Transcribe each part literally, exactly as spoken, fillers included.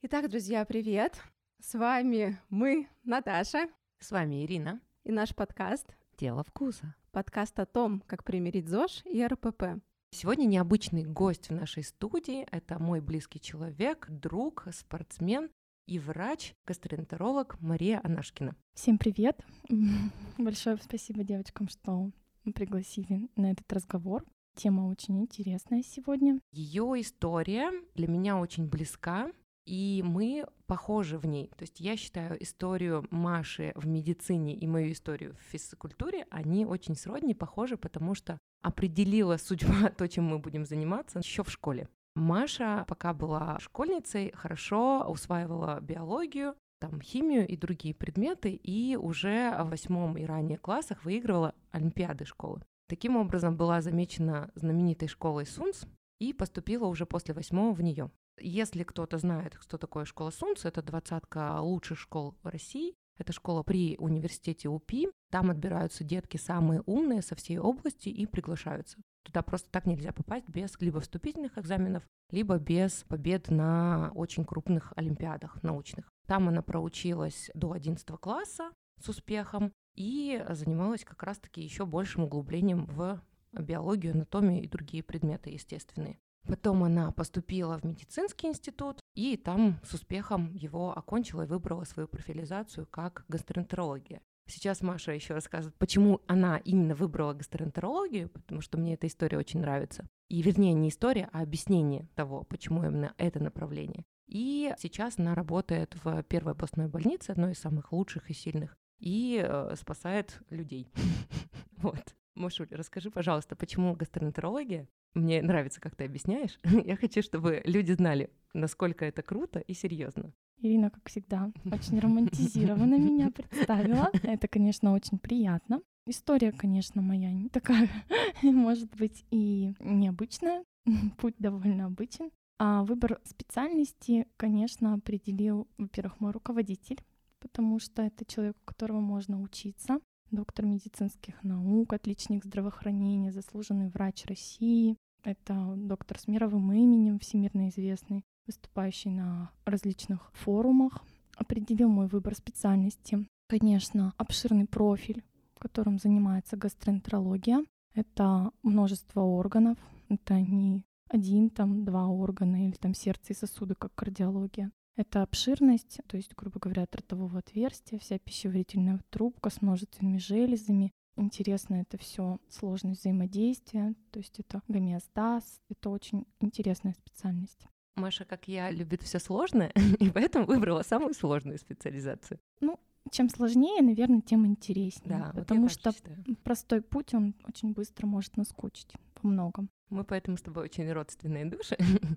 Итак, друзья, привет! С вами мы, Наташа. С вами Ирина. И наш подкаст «Дело вкуса». Подкаст о том, как примирить ЗОЖ и эр пэ пэ. Сегодня необычный гость в нашей студии. Это мой близкий человек, друг, спортсмен и врач, гастроэнтеролог Мария Анашкина. Всем привет! Большое спасибо девочкам, что пригласили на этот разговор. Тема очень интересная сегодня. Ее история для меня очень близка, и мы похожи в ней. То есть я считаю историю Маши в медицине и мою историю в физкультуре, они очень сродни, похожи, потому что определила судьба то, чем мы будем заниматься еще в школе. Маша, пока была школьницей, хорошо усваивала биологию, там, химию и другие предметы, и уже в восьмом и ранее классах выигрывала олимпиады школы. Таким образом, была замечена знаменитой школой СУНС и поступила уже после восьмого в нее. Если кто-то знает, что такое школа СУНС, это двадцатка лучших школ России. Это школа при университете УПИ. Там отбираются детки самые умные со всей области и приглашаются. Туда просто так нельзя попасть без либо вступительных экзаменов, либо без побед на очень крупных олимпиадах научных. Там она проучилась до одиннадцатого класса с успехом и занималась как раз-таки еще большим углублением в биологию, анатомию и другие предметы естественные. Потом она поступила в медицинский институт и там с успехом его окончила и выбрала свою профилизацию как гастроэнтерология. Сейчас Маша еще расскажет, почему она именно выбрала гастроэнтерологию, потому что мне эта история очень нравится. И вернее не история, а объяснение того, почему именно это направление. И сейчас она работает в первой областной больнице, одной из самых лучших и сильных, и э, спасает людей. Вот. Машуль, расскажи, пожалуйста, почему гастроэнтерология? Мне нравится, как ты объясняешь. Я хочу, чтобы люди знали, насколько это круто и серьезно. Ирина, как всегда, очень романтизированно меня представила. Это, конечно, очень приятно. История, конечно, моя не такая, может быть, и необычная. Путь довольно обычен. А выбор специальности, конечно, определил, во-первых, мой руководитель, потому что это человек, у которого можно учиться. Доктор медицинских наук, отличник здравоохранения, заслуженный врач России. Это доктор с мировым именем, всемирно известный, выступающий на различных форумах. Определил мой выбор специальности. Конечно, обширный профиль, которым занимается гастроэнтерология. Это множество органов. Это не один, там, два органа или там сердце и сосуды, как кардиология. Это обширность, то есть, грубо говоря, от ротового отверстия, вся пищеварительная трубка с множественными железами. Интересно это все сложность взаимодействия, то есть это гомеостаз, это очень интересная специальность. Маша, как я, любит все сложное, и поэтому выбрала самую сложную специализацию. Ну, чем сложнее, наверное, тем интереснее, да, потому вот что считаю. Простой путь, он очень быстро может наскучить во многом. Мы поэтому с тобой очень родственные души.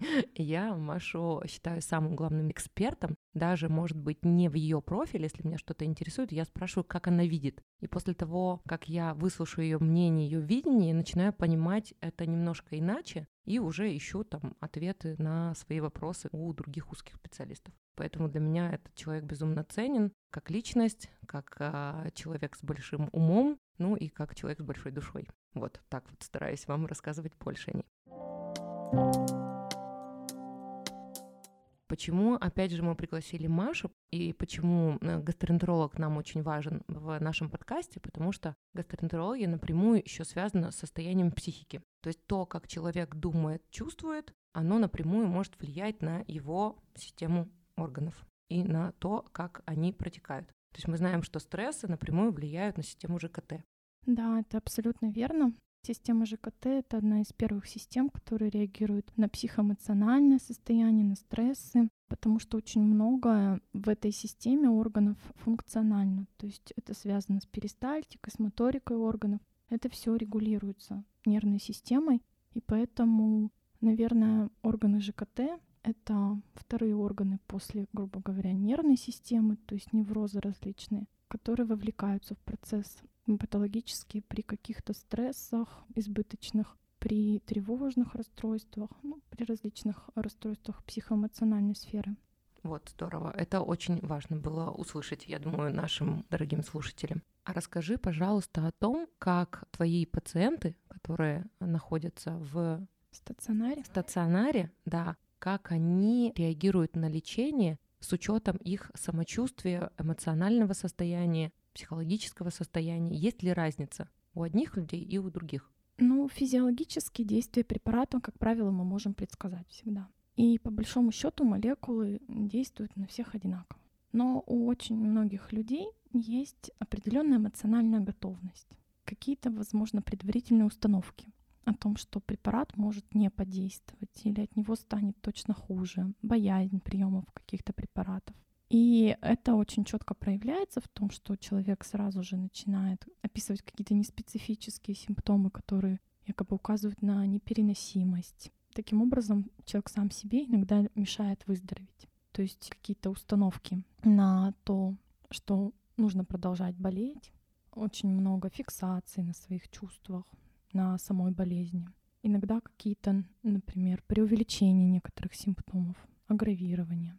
Я Машу считаю самым главным экспертом. Даже, может быть, не в ее профиле, если меня что-то интересует, я спрашиваю, как она видит. И после того, как я выслушаю ее мнение, ее видение, начинаю понимать это немножко иначе и уже ищу там ответы на свои вопросы у других узких специалистов. Поэтому для меня этот человек безумно ценен как личность, как а, человек с большим умом, ну и как человек с большой душой. Вот так вот стараюсь вам рассказывать больше о ней. Почему, опять же, мы пригласили Машу, и почему гастроэнтеролог нам очень важен в нашем подкасте, потому что гастроэнтерология напрямую еще связана с состоянием психики. То есть то, как человек думает, чувствует, оно напрямую может влиять на его систему органов и на то, как они протекают. То есть мы знаем, что стрессы напрямую влияют на систему жэ ка тэ. Да, это абсолютно верно. Система жэ ка тэ — это одна из первых систем, которые реагируют на психоэмоциональное состояние, на стрессы, потому что очень многое в этой системе органов функционально. То есть это связано с перистальтикой, с моторикой органов. Это все регулируется нервной системой, и поэтому, наверное, органы жэ ка тэ — это вторые органы после, грубо говоря, нервной системы, то есть неврозы различные, которые вовлекаются в процесс патологические при каких-то стрессах избыточных, при тревожных расстройствах, ну, при различных расстройствах психоэмоциональной сферы. Вот, здорово. Это очень важно было услышать, я думаю, нашим дорогим слушателям. А расскажи, пожалуйста, о том, как твои пациенты, которые находятся в стационаре, стационаре, да, как они реагируют на лечение с учетом их самочувствия, эмоционального состояния, психологического состояния. Есть ли разница у одних людей и у других? Ну, физиологические действия препарата, как правило, мы можем предсказать всегда. И по большому счету молекулы действуют на всех одинаково. Но у очень многих людей есть определенная эмоциональная готовность, какие-то, возможно, предварительные установки о том, что препарат может не подействовать или от него станет точно хуже, боязнь приемов каких-то препаратов. И это очень четко проявляется в том, что человек сразу же начинает описывать какие-то неспецифические симптомы, которые якобы указывают на непереносимость. Таким образом, человек сам себе иногда мешает выздороветь. То есть какие-то установки на то, что нужно продолжать болеть, очень много фиксаций на своих чувствах, на самой болезни. Иногда какие-то, например, преувеличения некоторых симптомов, аггравирование.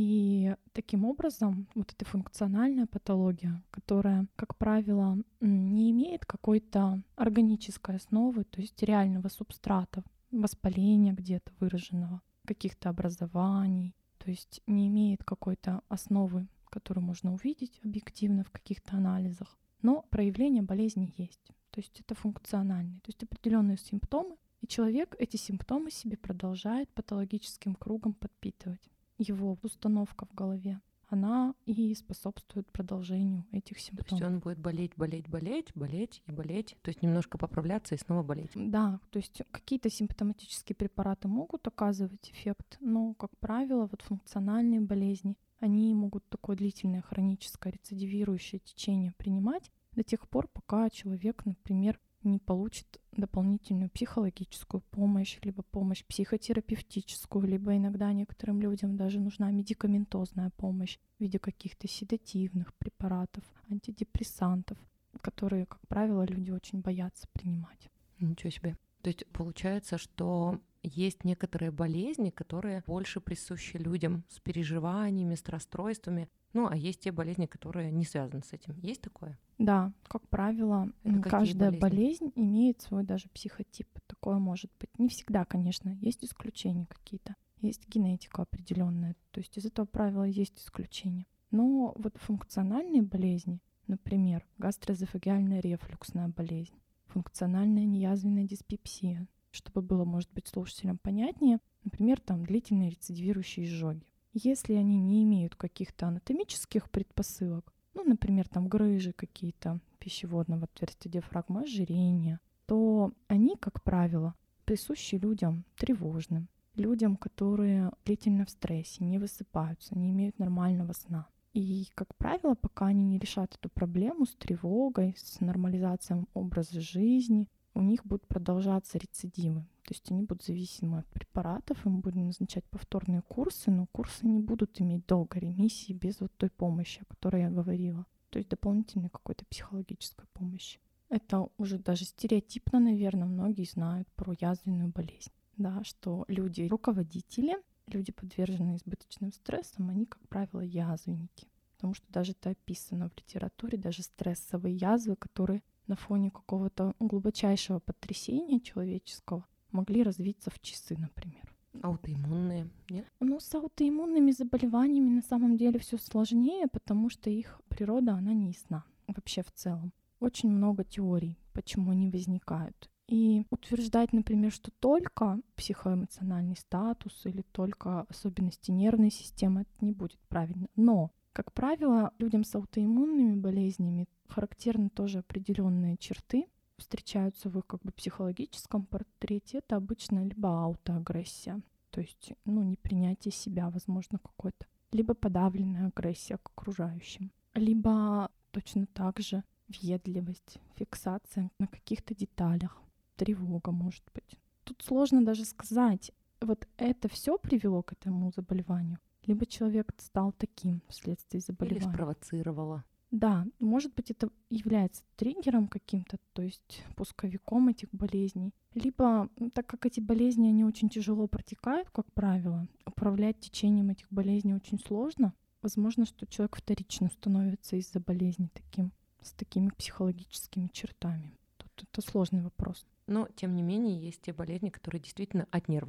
И таким образом вот эта функциональная патология, которая, как правило, не имеет какой-то органической основы, то есть реального субстрата, воспаления где-то выраженного, каких-то образований, то есть не имеет какой-то основы, которую можно увидеть объективно в каких-то анализах, но проявление болезни есть. То есть это функциональные, то есть определенные симптомы, и человек эти симптомы себе продолжает патологическим кругом подпитывать. Его установка в голове, она и способствует продолжению этих симптомов. То есть он будет болеть, болеть, болеть, болеть и болеть, то есть немножко поправляться и снова болеть. Да, то есть какие-то симптоматические препараты могут оказывать эффект, но, как правило, вот функциональные болезни, они могут такое длительное хроническое рецидивирующее течение принимать до тех пор, пока человек, например, не получит дополнительную психологическую помощь, либо помощь психотерапевтическую, либо иногда некоторым людям даже нужна медикаментозная помощь в виде каких-то седативных препаратов, антидепрессантов, которые, как правило, люди очень боятся принимать. Ничего себе. То есть получается, что есть некоторые болезни, которые больше присущи людям с переживаниями, с расстройствами, ну а есть те болезни, которые не связаны с этим. Есть такое? Да, как правило, Это каждая болезни? болезнь имеет свой даже психотип. Такое может быть. Не всегда, конечно, есть исключения какие-то. Есть генетика определенная. То есть из этого правила есть исключения. Но вот функциональные болезни, например, гастроэзофагеальная рефлюксная болезнь, функциональная неязвенная диспепсия, чтобы было, может быть, слушателям понятнее, например, там длительные рецидивирующие изжоги. Если они не имеют каких-то анатомических предпосылок, ну, например, там грыжи какие-то пищеводного отверстия диафрагмы, ожирения, то они, как правило, присущи людям тревожным, людям, которые длительно в стрессе, не высыпаются, не имеют нормального сна. И, как правило, пока они не решат эту проблему с тревогой, с нормализацией образа жизни, у них будут продолжаться рецидивы. То есть они будут зависимы от препаратов, им будут назначать повторные курсы, но курсы не будут иметь долгой ремиссии без вот той помощи, о которой я говорила. То есть дополнительной какой-то психологической помощи. Это уже даже стереотипно, наверное, многие знают про язвенную болезнь. Да, что люди, руководители, люди, подверженные избыточным стрессам, они, как правило, язвенники. Потому что даже это описано в литературе, даже стрессовые язвы, которые на фоне какого-то глубочайшего потрясения человеческого могли развиться в часы, например. Аутоиммунные, нет? Ну, с аутоиммунными заболеваниями на самом деле все сложнее, потому что их природа, она не ясна вообще в целом. Очень много теорий, почему они возникают. И утверждать, например, что только психоэмоциональный статус или только особенности нервной системы, это не будет правильно. Но, как правило, людям с аутоиммунными болезнями характерны тоже определенные черты, встречаются в их как бы психологическом портрете. Это обычно либо аутоагрессия, то есть ну, непринятие себя, возможно, какое-то, либо подавленная агрессия к окружающим, либо точно так же въедливость, фиксация на каких-то деталях, тревога, может быть. Тут сложно даже сказать, вот это все привело к этому заболеванию, либо человек стал таким вследствие заболевания. Или спровоцировало. Да, может быть, это является триггером каким-то, то есть пусковиком этих болезней. Либо, так как эти болезни, они очень тяжело протекают, как правило, управлять течением этих болезней очень сложно. Возможно, что человек вторично становится из-за болезни таким, с такими психологическими чертами. Тут это сложный вопрос. Но, тем не менее, есть те болезни, которые действительно от нервов.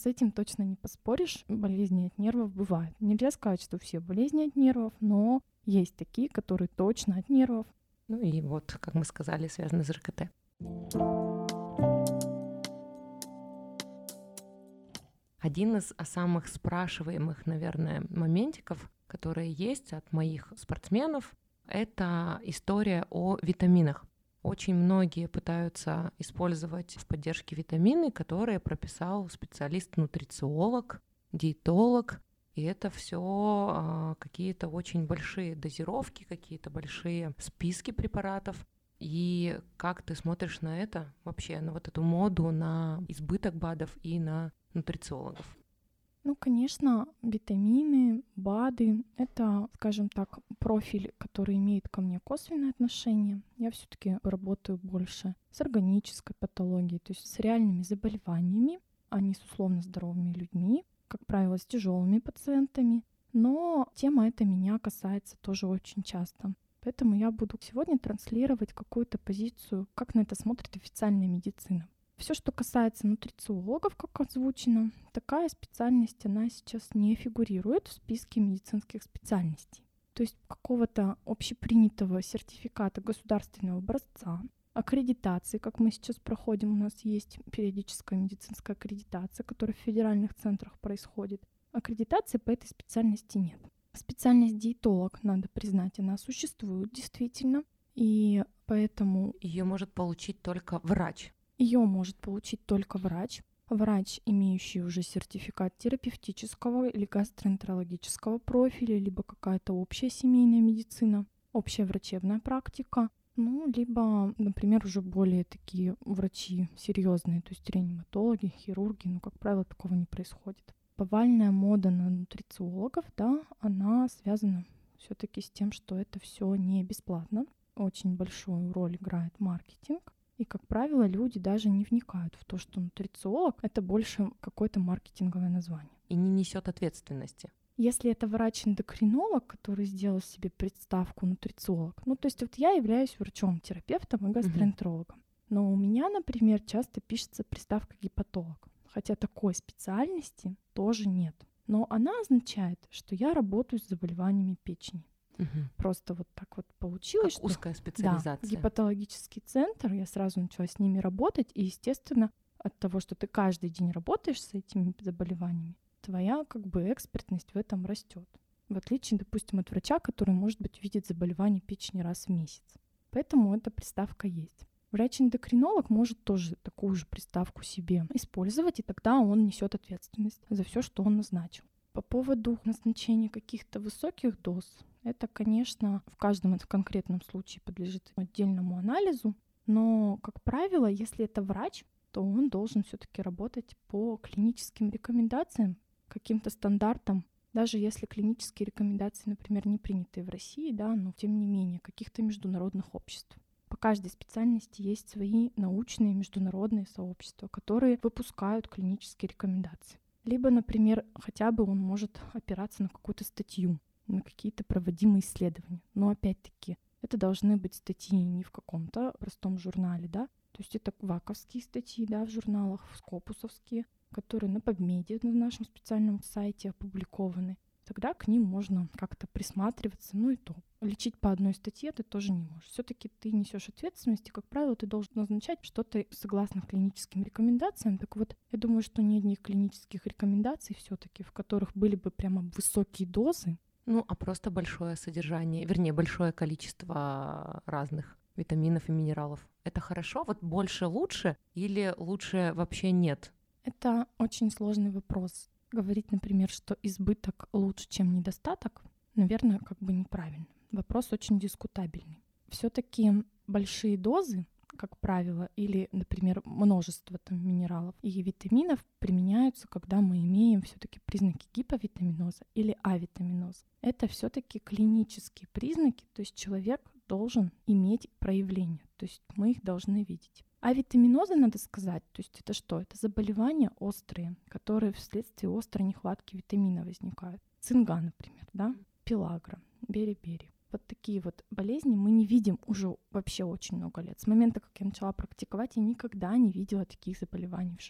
С этим точно не поспоришь. Болезни от нервов бывают. Нельзя сказать, что все болезни от нервов, но есть такие, которые точно от нервов. Ну и вот, как мы сказали, связаны с ЖКТ. Один из самых спрашиваемых, наверное, моментиков, которые есть от моих спортсменов, это история о витаминах. Очень многие пытаются использовать в поддержке витамины, которые прописал специалист-нутрициолог, диетолог, и это все какие-то очень большие дозировки, какие-то большие списки препаратов. И как ты смотришь на это вообще, на вот эту моду, на избыток БАДов и на нутрициологов? Ну, конечно, витамины, БАДы — это, скажем так, профиль, который имеет ко мне косвенное отношение. Я все-таки работаю больше с органической патологией, то есть с реальными заболеваниями, а не с условно здоровыми людьми, как правило, с тяжелыми пациентами. Но тема эта меня касается тоже очень часто. Поэтому я буду сегодня транслировать какую-то позицию, как на это смотрит официальная медицина. Все, что касается нутрициологов, как озвучено, такая специальность, она сейчас не фигурирует в списке медицинских специальностей. То есть какого-то общепринятого сертификата государственного образца, аккредитации, как мы сейчас проходим, у нас есть периодическая медицинская аккредитация, которая в федеральных центрах происходит. Аккредитации по этой специальности нет. Специальность диетолог, надо признать, она существует действительно, и поэтому ее может получить только врач. Ее может получить только врач, врач, имеющий уже сертификат терапевтического или гастроэнтерологического профиля, либо какая-то общая семейная медицина, общая врачебная практика, ну, либо, например, уже более такие врачи серьезные, то есть реаниматологи, хирурги, но, как правило, такого не происходит. Повальная мода на нутрициологов, да, она связана все-таки с тем, что это все не бесплатно. Очень большую роль играет маркетинг. И, как правило, люди даже не вникают в то, что нутрициолог — это больше какое-то маркетинговое название. И не несет ответственности. Если это врач-эндокринолог, который сделал себе представку нутрициолог, ну, то есть вот я являюсь врачом-терапевтом и гастроэнтерологом, uh-huh. но у меня, например, часто пишется приставка гепатолог, хотя такой специальности тоже нет. Но она означает, что я работаю с заболеваниями печени. Угу. Просто вот так вот получилось, как что узкая специализация. Да, гепатологический центр, я сразу начала с ними работать, и, естественно, от того, что ты каждый день работаешь с этими заболеваниями, твоя как бы экспертность в этом растет. В отличие, допустим, от врача, который, может быть, видит заболевание печени раз в месяц. Поэтому эта приставка есть. Врач-эндокринолог может тоже такую же приставку себе использовать, и тогда он несет ответственность за все, что он назначил. По поводу назначения каких-то высоких доз, это, конечно, в каждом конкретном случае подлежит отдельному анализу, но, как правило, если это врач, то он должен все-таки работать по клиническим рекомендациям, каким-то стандартам, даже если клинические рекомендации, например, не приняты в России, да, но тем не менее каких-то международных обществ. По каждой специальности есть свои научные международные сообщества, которые выпускают клинические рекомендации. Либо, например, хотя бы он может опираться на какую-то статью, на какие-то проводимые исследования. Но опять-таки, это должны быть статьи не в каком-то простом журнале, да, то есть это ваковские статьи, да, в журналах, скопусовские, которые на PubMed, на нашем специальном сайте опубликованы. Тогда к ним можно как-то присматриваться, ну и то. Лечить по одной статье ты тоже не можешь. Все-таки ты несешь ответственность, и, как правило, ты должен назначать что-то согласно клиническим рекомендациям. Так вот, я думаю, что ни одних клинических рекомендаций все-таки, в которых были бы прямо высокие дозы. Ну, а просто большое содержание, вернее, большое количество разных витаминов и минералов. Это хорошо? Вот больше лучше или лучше вообще нет? Это очень сложный вопрос. Говорить, например, что избыток лучше, чем недостаток, наверное, как бы неправильно. Вопрос очень дискутабельный. Все-таки большие дозы, как правило, или, например, множество там минералов и витаминов применяются, когда мы имеем все-таки признаки гиповитаминоза или авитаминоза. Это все-таки клинические признаки, то есть человек должен иметь проявления, то есть мы их должны видеть. Авитаминозы, надо сказать, то есть это что? Это заболевания острые, которые вследствие острой нехватки витамина возникают. Цинга, например, да? Пелагра, бери-бери. Вот такие вот болезни мы не видим уже вообще очень много лет. С момента, как я начала практиковать, я никогда не видела таких заболеваний вживую.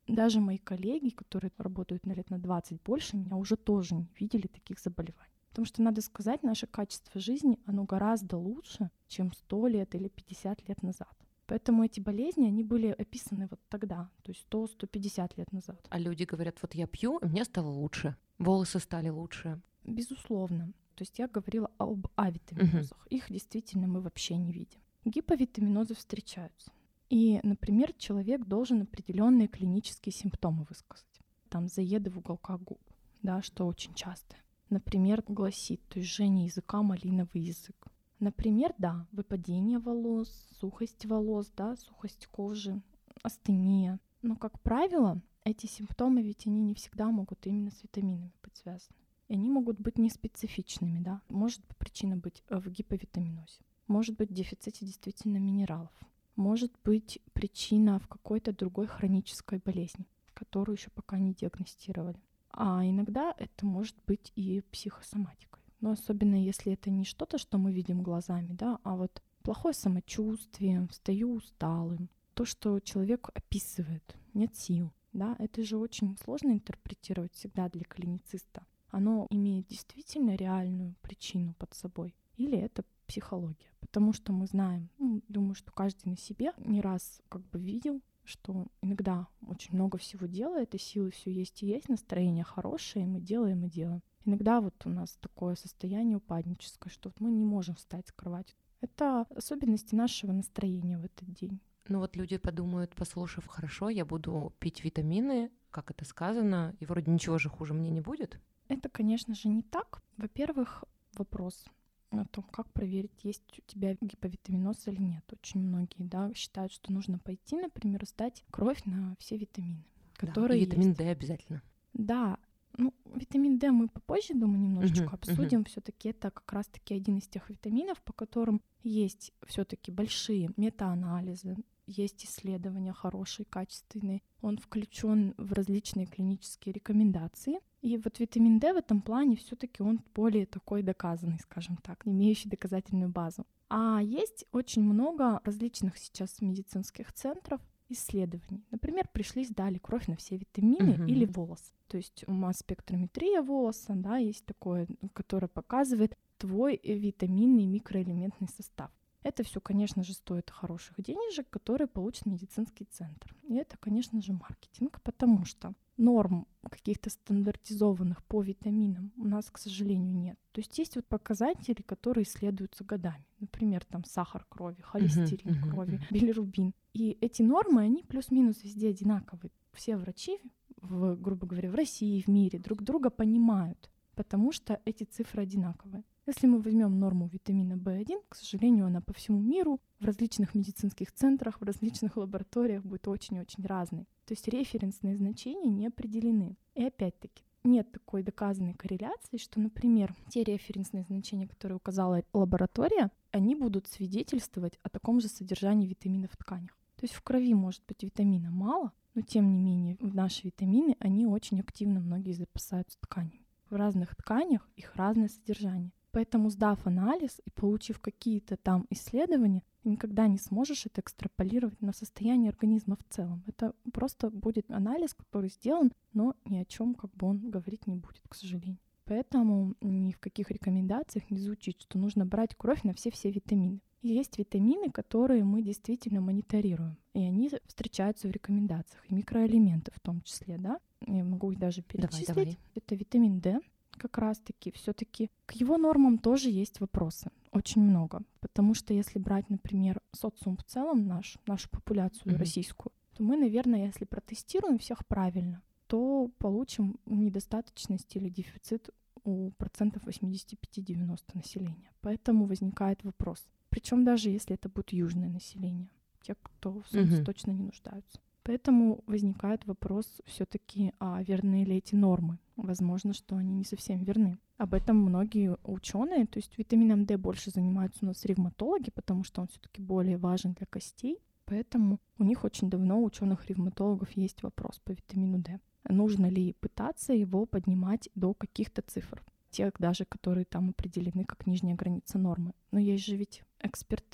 Даже мои коллеги, которые работают на лет на двадцать больше, меня уже тоже не видели таких заболеваний. Потому что, надо сказать, наше качество жизни, оно гораздо лучше, чем сто лет или пятьдесят лет назад. Поэтому эти болезни, они были описаны вот тогда, то есть сто - сто пятьдесят лет назад. А люди говорят, вот я пью, и мне стало лучше, волосы стали лучше. Безусловно. То есть я говорила об авитаминозах. Uh-huh. Их действительно мы вообще не видим. Гиповитаминозы встречаются. И, например, человек должен определенные клинические симптомы высказать. Там заеды в уголках губ, да, что очень часто. Например, гласит, то есть жжение языка, малиновый язык. Например, да, выпадение волос, сухость волос, да, сухость кожи, астения. Но, как правило, эти симптомы ведь они не всегда могут именно с витаминами быть связаны. И они могут быть неспецифичными, да. Может причина быть в гиповитаминозе. Может быть в дефиците действительно минералов. Может быть причина в какой-то другой хронической болезни, которую еще пока не диагностировали. А иногда это может быть и психосоматикой. Но особенно если это не что-то, что мы видим глазами, да, а вот плохое самочувствие, встаю усталым, то, что человек описывает, нет сил, да, это же очень сложно интерпретировать всегда для клинициста. Оно имеет действительно реальную причину под собой или это психология? Потому что мы знаем, ну, думаю, что каждый на себе не раз как бы видел, что иногда очень много всего делает, и силы все есть и есть, настроение хорошее, и мы делаем и делаем. Иногда вот у нас такое состояние упадническое, что вот мы не можем встать с кровати. Это особенности нашего настроения в этот день. Ну вот люди подумают, послушав, хорошо, я буду пить витамины, как это сказано, и вроде ничего же хуже мне не будет. Это, конечно же, не так. Во-первых, вопрос о том, как проверить, есть у тебя гиповитаминоз или нет. Очень многие, да, считают, что нужно пойти, например, сдать кровь на все витамины, которые да, и витамин есть. D обязательно. Да, ну, витамин D мы попозже, думаю, немножечко uh-huh, обсудим. Uh-huh. Все-таки это как раз-таки один из тех витаминов, по которым есть все-таки большие метаанализы, есть исследования хорошие, качественные. Он включен в различные клинические рекомендации. И вот витамин D в этом плане все-таки он более такой доказанный, скажем так, имеющий доказательную базу. А есть очень много различных сейчас медицинских центров, исследований. Например, пришли, сдали кровь на все витамины uh-huh. или волос. То есть масс-спектрометрия волоса, да, есть такое, которое показывает твой витаминный микроэлементный состав. Это все, конечно же, стоит хороших денежек, которые получит медицинский центр. И это, конечно же, маркетинг, потому что норм каких-то стандартизованных по витаминам у нас, к сожалению, нет. То есть есть вот показатели, которые исследуются годами. Например, там сахар крови, холестерин uh-huh, крови, uh-huh. билирубин. И эти нормы, они плюс-минус везде одинаковые. Все врачи, в, грубо говоря, в России, в мире друг друга понимают, потому что эти цифры одинаковые. Если мы возьмем норму витамина бэ один, к сожалению, она по всему миру в различных медицинских центрах, в различных лабораториях будет очень-очень разной. То есть референсные значения не определены. И опять-таки, нет такой доказанной корреляции, что, например, те референсные значения, которые указала лаборатория, они будут свидетельствовать о таком же содержании витаминов в тканях. То есть в крови может быть витамина мало, но тем не менее наши витамины, они очень активно многие запасаются тканями. В разных тканях их разное содержание. Поэтому, сдав анализ и получив какие-то там исследования, ты никогда не сможешь это экстраполировать на состояние организма в целом. Это просто будет анализ, который сделан, но ни о чем как бы он говорить не будет, к сожалению. Поэтому ни в каких рекомендациях не звучит, что нужно брать кровь на все-все витамины. И есть витамины, которые мы действительно мониторируем, и они встречаются в рекомендациях, и микроэлементы в том числе, да. Я могу их даже перечислить. Давай, давай. Это витамин D. Как раз-таки все-таки к его нормам тоже есть вопросы, очень много. Потому что если брать, например, социум в целом, наш, нашу популяцию mm-hmm. российскую, то мы, наверное, если протестируем всех правильно, то получим недостаточность или дефицит у процентов восемьдесят пять - девяносто населения. Поэтому возникает вопрос. Причем даже если это будет южное население, те, кто в солнце mm-hmm. точно не нуждаются. Поэтому возникает вопрос все-таки, а верны ли эти нормы? Возможно, что они не совсем верны. Об этом многие ученые, то есть витамином D больше занимаются у нас ревматологи, потому что он все-таки более важен для костей. Поэтому у них очень давно, у ученых-ревматологов, есть вопрос по витамину D. Нужно ли пытаться его поднимать до каких-то цифр? Тех даже, которые там определены как нижняя граница нормы. Но есть же ведь эксперты,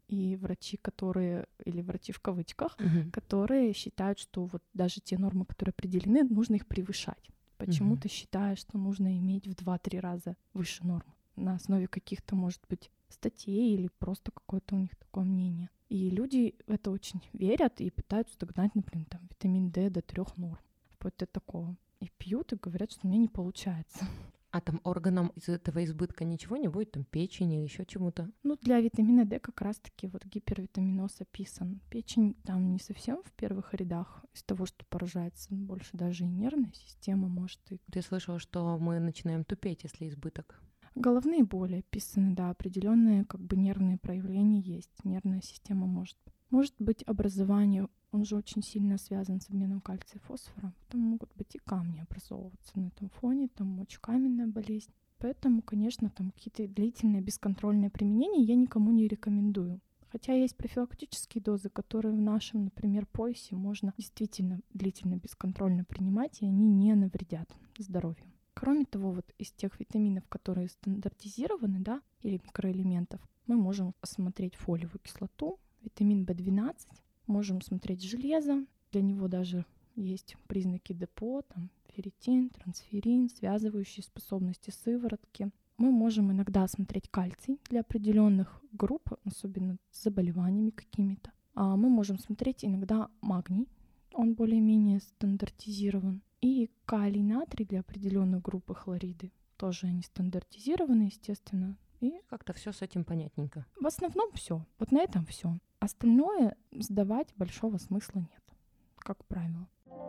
и врачи, которые, или врачи в кавычках, Мгм. которые считают, что вот даже те нормы, которые определены, нужно их превышать. Почему Мгм. ты считаешь, что нужно иметь в два-три раза выше нормы? На основе каких-то, может быть, статей или просто какое-то у них такое мнение. И люди в это очень верят и пытаются догнать, например, там, витамин D до трех норм, вплоть до такого. И пьют, и говорят, что у меня не получается. А там органам из этого избытка ничего не будет, там печени или еще чему-то? Ну, для витамина D как раз-таки вот гипервитаминоз описан. Печень там не совсем в первых рядах из того, что поражается, больше даже и нервная система может, и Я слышала, что мы начинаем тупеть, если избыток. головные боли описаны, да, определенные как бы нервные проявления есть. Нервная система может. Может быть образование, он же очень сильно связан с обменом кальция и фосфора. Там могут быть и камни образовываться на этом фоне, там мочекаменная болезнь. Поэтому, конечно, там какие-то длительные бесконтрольные применения я никому не рекомендую. Хотя есть профилактические дозы, которые в нашем, например, поясе можно действительно длительно бесконтрольно принимать, и они не навредят здоровью. Кроме того, вот из тех витаминов, которые стандартизированы, да, или микроэлементов, мы можем осмотреть фолиевую кислоту, витамин В двенадцать, можем смотреть железо, для него даже есть признаки депо, там ферритин, трансферин, связывающие способности сыворотки. Мы можем иногда смотреть кальций для определенных групп, особенно с заболеваниями какими-то. А мы можем смотреть иногда магний, он более-менее стандартизирован. И калий, натрий для определенных групп и хлориды. Тоже они стандартизированы, естественно. И Как-то все с этим понятненько. в основном все. Вот на этом все. Остальное сдавать большого смысла нет, как правило.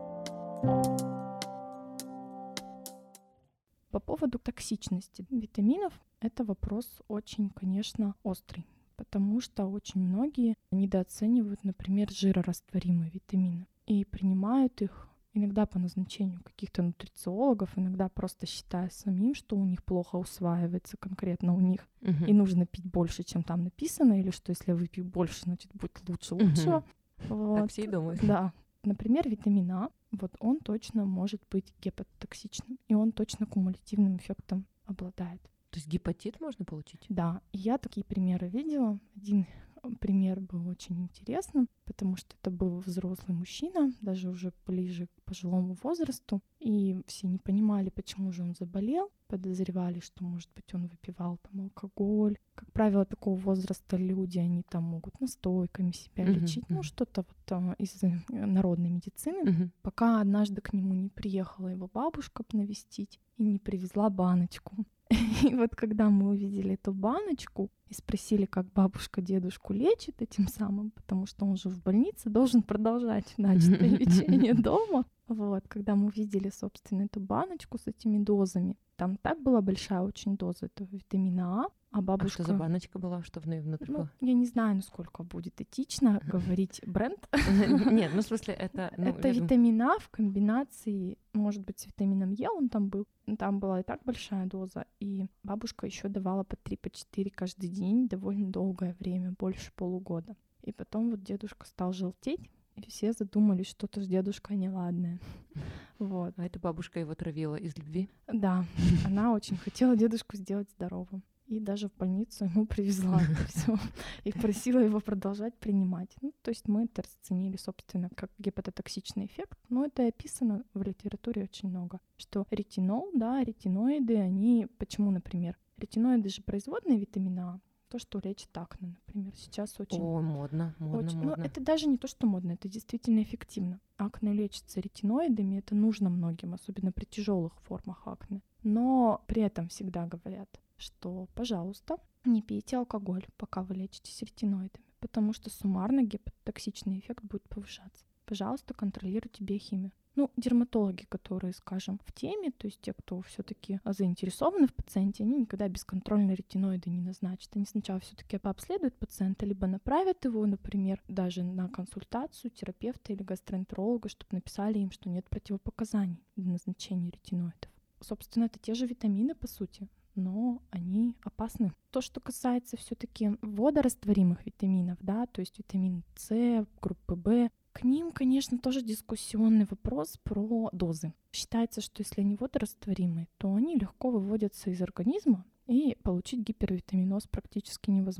По поводу токсичности витаминов, это вопрос очень, конечно, острый, потому что очень многие недооценивают, например, жирорастворимые витамины и принимают их иногда по назначению каких-то нутрициологов, иногда просто считая самим, что у них плохо усваивается конкретно у них, Мгм. и нужно пить больше, чем там написано, или что если я выпью больше, значит, будет лучше лучшего. Вот. Так все и думают. Да. Например, витамин А, вот он точно может быть гепатотоксичным, и он точно кумулятивным эффектом обладает. То есть гепатит можно получить? Да, и я такие примеры видела. Один пример был очень интересным, потому что это был взрослый мужчина, даже уже ближе к пожилому возрасту, и все не понимали, почему же он заболел, подозревали, что, может быть, он выпивал там алкоголь. Как правило, такого возраста люди, они там могут настойками себя Мгм, лечить, ну, мгм. что-то вот а, из э, народной медицины, Мгм. пока однажды к нему не приехала его бабушка навестить и не привезла баночку. И вот когда мы увидели эту баночку и спросили, как бабушка дедушку лечит этим самым, потому что он же в больнице должен продолжать начатое лечение дома. Вот, когда мы увидели, собственно, эту баночку с этими дозами, там так была большая очень доза этого витамина А, а А бабушка... что за баночка была? Что в ней внутри Ну, было? я не знаю, насколько будет этично говорить бренд. Нет, ну в смысле это... ну, Это я думаю- витамин А в комбинации, может быть, с витамином Е он там был. Ну, там была и так большая доза, и бабушка еще давала по три, по четыре каждый день довольно долгое время, больше полугода. И потом вот дедушка стал желтеть, и все задумались, что-то с дедушкой неладное. Вот. А эта бабушка его травила из любви? Да, она очень хотела дедушку сделать здоровым. И даже в больницу ему привезла это все и просила его продолжать принимать. Ну, то есть мы это расценили, собственно, как гепатотоксичный эффект. Но это описано в литературе очень много. Что ретинол, да, ретиноиды, они... Почему, например? Ретиноиды же производные витамина А. То, что лечит акне, например. Сейчас очень... О, модно, модно, Очень- модно. Ну, это даже не то, что модно, это действительно эффективно. Акне лечится ретиноидами, это нужно многим, особенно при тяжелых формах акне. Но при этом всегда говорят, что, пожалуйста, не пейте алкоголь, пока вы лечитесь ретиноидами, потому что суммарно гепатотоксичный эффект будет повышаться. Пожалуйста, контролируйте биохимию. Ну, дерматологи, которые, скажем, в теме, то есть те, кто все-таки заинтересованы в пациенте, они никогда бесконтрольно ретиноиды не назначат. Они сначала все-таки пообследуют пациента, либо направят его, например, даже на консультацию терапевта или гастроэнтеролога, чтобы написали им, что нет противопоказаний для назначения ретиноидов. Собственно, это те же витамины, по сути, но они опасны. То, что касается все-таки водорастворимых витаминов, да, то есть витамин С, группы В, к ним, конечно, тоже дискуссионный вопрос про дозы. Считается, что если они водорастворимые, то они легко выводятся из организма, и получить гипервитаминоз практически невозможно.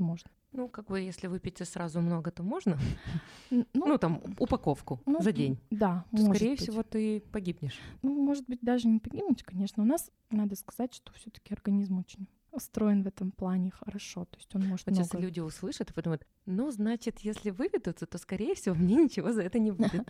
Ну, как бы, если выпить сразу много, то можно. Н- Ну, там, упаковку ну, за день. Да, То, может скорее быть. всего, ты погибнешь. Ну, может быть, даже не погибнуть, конечно. У нас, надо сказать, что все таки организм очень устроен в этом плане хорошо. То есть он может Вот сейчас много... люди услышат и подумают, ну, значит, если выведутся, то, скорее всего, мне ничего за это не будет.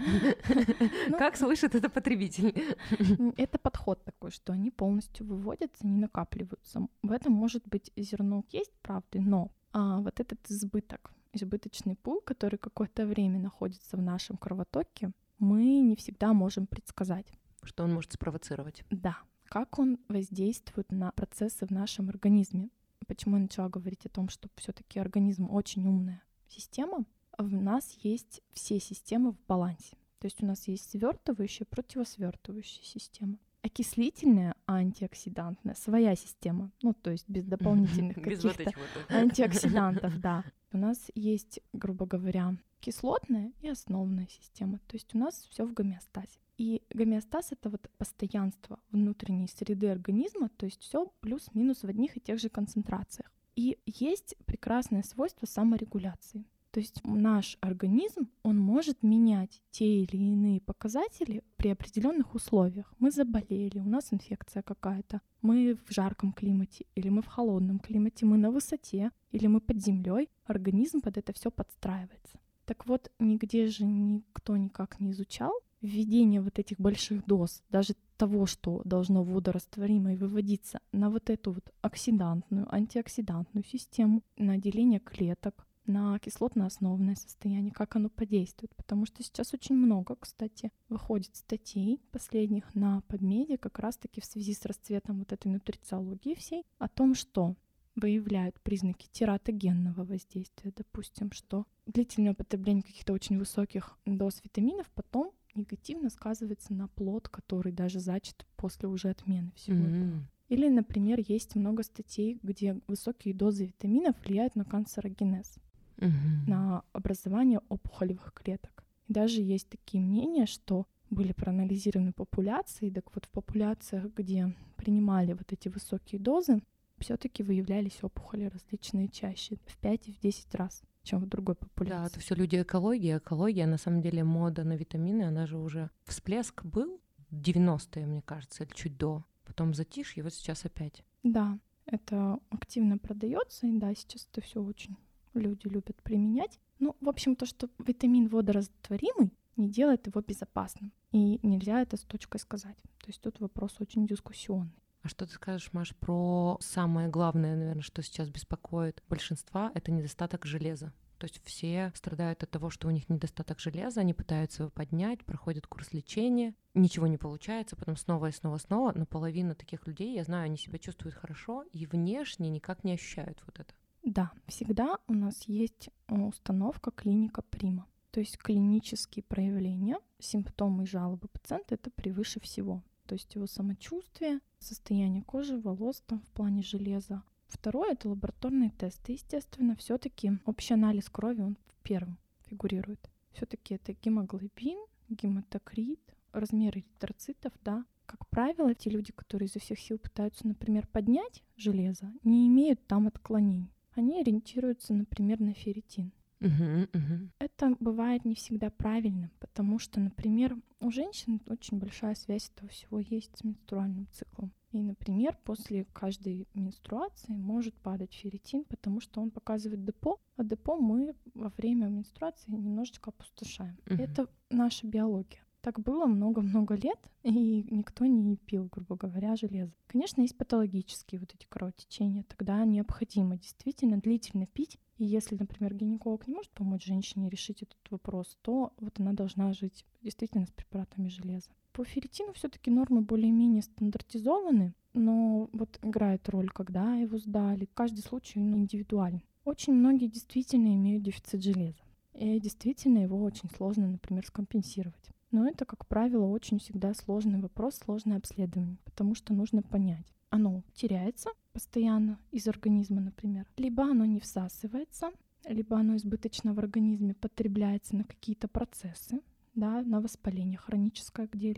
Ну, Как слышит это потребитель? М, Это подход такой, что они полностью выводятся, не накапливаются. В этом может быть зерно есть правды, но а, вот этот избыток, избыточный пул, который какое-то время находится в нашем кровотоке, мы не всегда можем предсказать. Что он может спровоцировать. Да, как он воздействует на процессы в нашем организме. Почему я начала говорить о том, что все-таки организм очень умная система? В нас есть все системы в балансе. То есть у нас есть свертывающая, противосвертывающая система. Окислительная, антиоксидантная, своя система. Ну, то есть без дополнительных Без вот каких-то этих вот. антиоксидантов, да. У нас есть, грубо говоря, кислотная и основная система. То есть у нас все в гомеостазе. И гомеостаз — это вот постоянство внутренней среды организма, то есть все плюс-минус в одних и тех же концентрациях. И есть прекрасное свойство саморегуляции. То есть наш организм, он может менять те или иные показатели при определенных условиях. Мы заболели, у нас инфекция какая-то, мы в жарком климате, или мы в холодном климате, мы на высоте, или мы под землей. Организм под это все подстраивается. Так вот, нигде же никто никак не изучал введение вот этих больших доз, даже того, что должно водорастворимо и выводиться на вот эту вот оксидантную, антиоксидантную систему, на деление клеток, на кислотно-основное состояние, как оно подействует. Потому что сейчас очень много, кстати, выходит статей последних на PubMed как раз-таки в связи с расцветом вот этой нутрициологии всей о том, что выявляют признаки тератогенного воздействия, допустим, что длительное употребление каких-то очень высоких доз витаминов потом негативно сказывается на плод, который даже зачат после уже отмены всего Mm-hmm. этого. Или, например, есть много статей, где высокие дозы витаминов влияют на канцерогенез, Mm-hmm. на образование опухолевых клеток. И даже есть такие мнения, что были проанализированы популяции, так вот в популяциях, где принимали вот эти высокие дозы, все-таки выявлялись опухоли различные чаще, в пять и в десять раз, чем в другой популяции. Да, это все люди экологии, экология, на самом деле мода на витамины, она же уже всплеск был в девяностые, мне кажется, или чуть до, потом затишье, и вот сейчас опять. Да, это активно продается, и да, сейчас это все очень люди любят применять. Ну, в общем, то, что витамин водорастворимый, не делает его безопасным. И нельзя это с точкой сказать. То есть тут вопрос очень дискуссионный. А что ты скажешь, Маш, про самое главное, наверное, что сейчас беспокоит большинства, это недостаток железа? То есть все страдают от того, что у них недостаток железа, они пытаются его поднять, проходят курс лечения, ничего не получается, потом снова и снова, снова, но половина таких людей, я знаю, они себя чувствуют хорошо и внешне никак не ощущают вот это. Да, всегда у нас есть установка клиника прима. То есть клинические проявления, симптомы и жалобы пациента — это превыше всего. То есть его самочувствие, состояние кожи, волос там в плане железа. Второе — это лабораторные тесты. Естественно, все-таки общий анализ крови, он первым фигурирует. Все-таки это гемоглобин, гематокрит, размер эритроцитов, да. Как правило, те люди, которые изо всех сил пытаются, например, поднять железо, не имеют там отклонений. Они ориентируются, например, на ферритин. Uh-huh, uh-huh. Это бывает не всегда правильным, потому что, например, у женщин очень большая связь этого всего есть с менструальным циклом. И, например, после каждой менструации может падать ферритин, потому что он показывает депо, а депо мы во время менструации немножечко опустошаем. Uh-huh. Это наша биология. Так было много-много лет, и никто не пил, грубо говоря, железо. Конечно, есть патологические вот эти кровотечения, тогда необходимо действительно длительно пить. И если, например, гинеколог не может помочь женщине решить этот вопрос, то вот она должна жить действительно с препаратами железа. По ферритину все-таки нормы более-менее стандартизованы, но вот играет роль, когда его сдали. Каждый случай индивидуален. Очень многие действительно имеют дефицит железа. И действительно его очень сложно, например, скомпенсировать. Но это, как правило, очень всегда сложный вопрос, сложное обследование, потому что нужно понять, оно теряется постоянно из организма, например, либо оно не всасывается, либо оно избыточно в организме потребляется на какие-то процессы, да, на воспаление хроническое где-либо,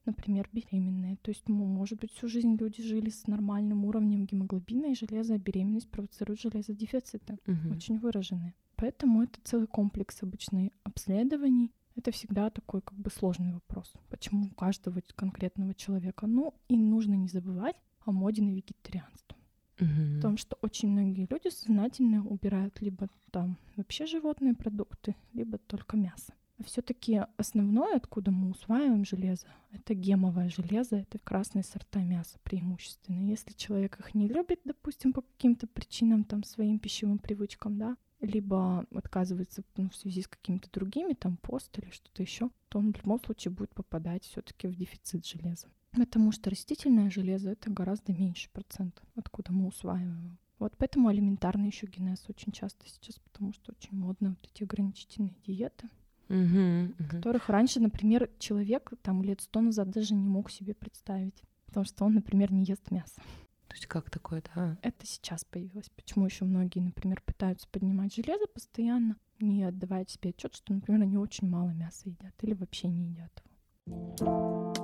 например, беременные. То есть, ну, может быть, всю жизнь люди жили с нормальным уровнем гемоглобина и железа, а беременность провоцирует железодефициты, Мгм. очень выраженные. Поэтому это целый комплекс обычных обследований. Это всегда такой как бы сложный вопрос. Почему у каждого конкретного человека? Ну, и нужно не забывать о моде на вегетарианство. Мгм. В том, что очень многие люди сознательно убирают либо там вообще животные продукты, либо только мясо. А все-таки основное, откуда мы усваиваем железо, это гемовое железо, это красные сорта мяса преимущественно. Если человек их не любит, допустим, по каким-то причинам, там, своим пищевым привычкам, да, либо отказывается, ну, в связи с какими-то другими, там, пост или что-то еще, то он в любом случае будет попадать все-таки в дефицит железа. Потому что растительное железо — это гораздо меньше процент, откуда мы усваиваем. Вот поэтому алиментарный еще генез очень часто сейчас, потому что очень модно вот эти ограничительные диеты, Мгм. Мгм. которых раньше, например, человек там лет сто назад даже не мог себе представить, потому что он, например, не ест мясо. То есть как такое, да? Это сейчас появилось. Почему еще многие, например, пытаются поднимать железо постоянно, не отдавая себе отчет, что, например, они очень мало мяса едят или вообще не едят его.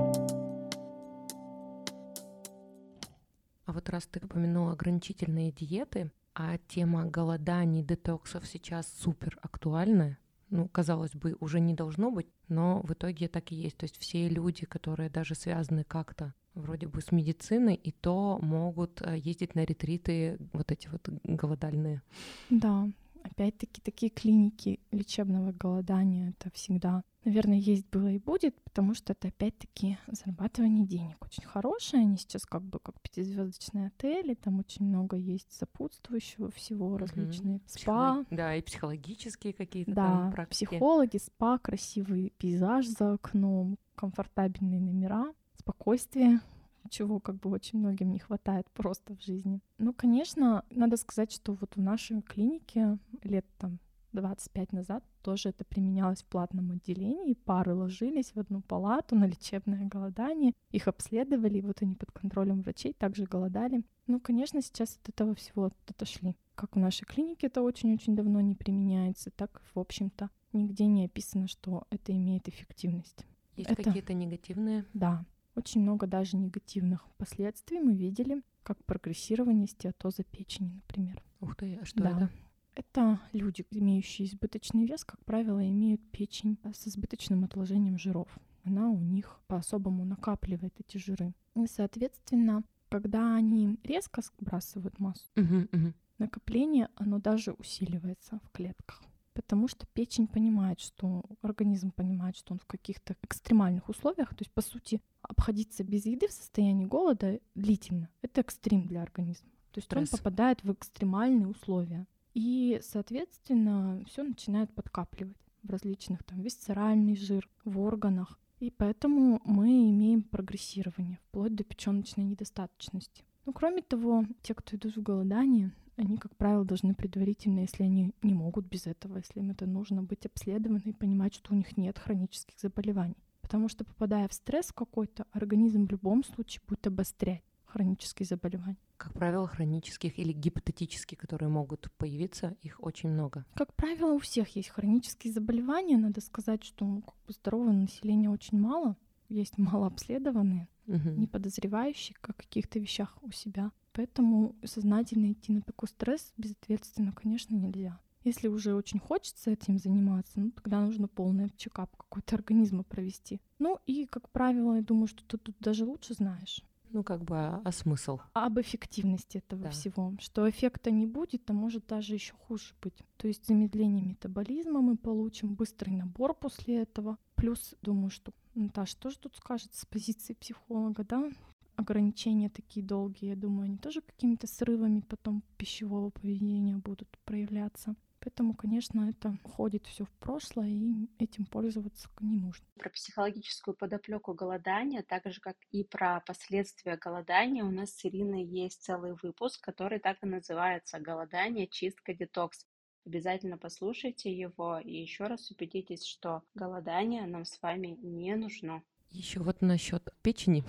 А вот раз ты упомянула ограничительные диеты, а тема голоданий, детоксов сейчас супер актуальная. Ну, казалось бы, уже не должно быть, но в итоге так и есть. То есть все люди, которые даже связаны как-то вроде бы с медициной, и то могут э, ездить на ретриты вот эти вот голодальные. Да, опять-таки такие клиники лечебного голодания — это всегда, наверное, есть, было и будет, потому что это опять-таки зарабатывание денег очень хорошее. Они сейчас как бы как пятизвездочные отели, там очень много есть сопутствующего всего, различные Мгм. спа. Психолог- Да, и психологические какие-то Да, там практики. психологи, спа, красивый пейзаж за окном, комфортабельные номера, спокойствие, чего как бы очень многим не хватает просто в жизни. Ну, конечно, надо сказать, что вот в нашей клинике лет там двадцать пять назад тоже это применялось в платном отделении. Пары ложились в одну палату на лечебное голодание, их обследовали, и вот они под контролем врачей также голодали. Ну, конечно, сейчас от этого всего отошли. Как в нашей клинике это очень-очень давно не применяется, так, в общем-то, нигде не описано, что это имеет эффективность. Есть это- какие-то негативные? Да, очень много даже негативных последствий мы видели, как прогрессирование стеатоза печени, например. Ух ты, а что Да. это? Это люди, имеющие избыточный вес, как правило, имеют печень с избыточным отложением жиров. Она у них по-особому накапливает эти жиры. И, соответственно, когда они резко сбрасывают массу, Мгм, мгм. накопление, оно даже усиливается в клетках. Потому что печень понимает, что организм понимает, что он в каких-то экстремальных условиях, то есть, по сути, обходиться без еды в состоянии голода длительно. Это экстрим для организма. То есть он Стресс. попадает в экстремальные условия. И, соответственно, все начинает подкапливать в различных там висцеральный жир, в органах. И поэтому мы имеем прогрессирование вплоть до печёночной недостаточности. Ну, кроме того, те, кто идут в голодание, они, как правило, должны предварительно, если они не могут без этого, если им это нужно, быть обследованы и понимать, что у них нет хронических заболеваний. Потому что, попадая в стресс какой-то, организм в любом случае будет обострять хронические заболевания. Как правило, хронических или гипотетических, которые могут появиться, их очень много. Как правило, у всех есть хронические заболевания. Надо сказать, что ну, как бы здорового населения очень мало. Есть малообследованные, Мгм. не подозревающие о каких-то вещах у себя. Поэтому сознательно идти на такой стресс безответственно, конечно, нельзя. Если уже очень хочется этим заниматься, ну тогда нужно полный чекап какой-то организма провести. Ну и, как правило, я думаю, что ты тут даже лучше знаешь Ну, как бы, а, а смысл? об эффективности этого Да. всего, что эффекта не будет, а может даже еще хуже быть. То есть замедление метаболизма мы получим, быстрый набор после этого. Плюс, думаю, что Наташа тоже тут скажет с позиции психолога, да, ограничения такие долгие, я думаю, они тоже какими-то срывами потом пищевого поведения будут проявляться. Поэтому, конечно, это уходит все в прошлое, и этим пользоваться не нужно. Про психологическую подоплеку голодания, так же как и про последствия голодания, у нас с Ириной есть целый выпуск, который так и называется «Голодание, чистка, детокс». Обязательно послушайте его и еще раз убедитесь, что голодание нам с вами не нужно. Еще вот насчет печени.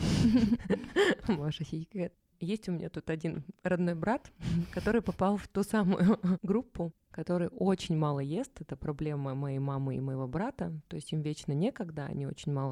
Маша хихикает. Есть у меня тут один родной брат, который попал в ту самую группу, который очень мало ест. Это проблема моей мамы и моего брата. То есть им вечно некогда, они очень мало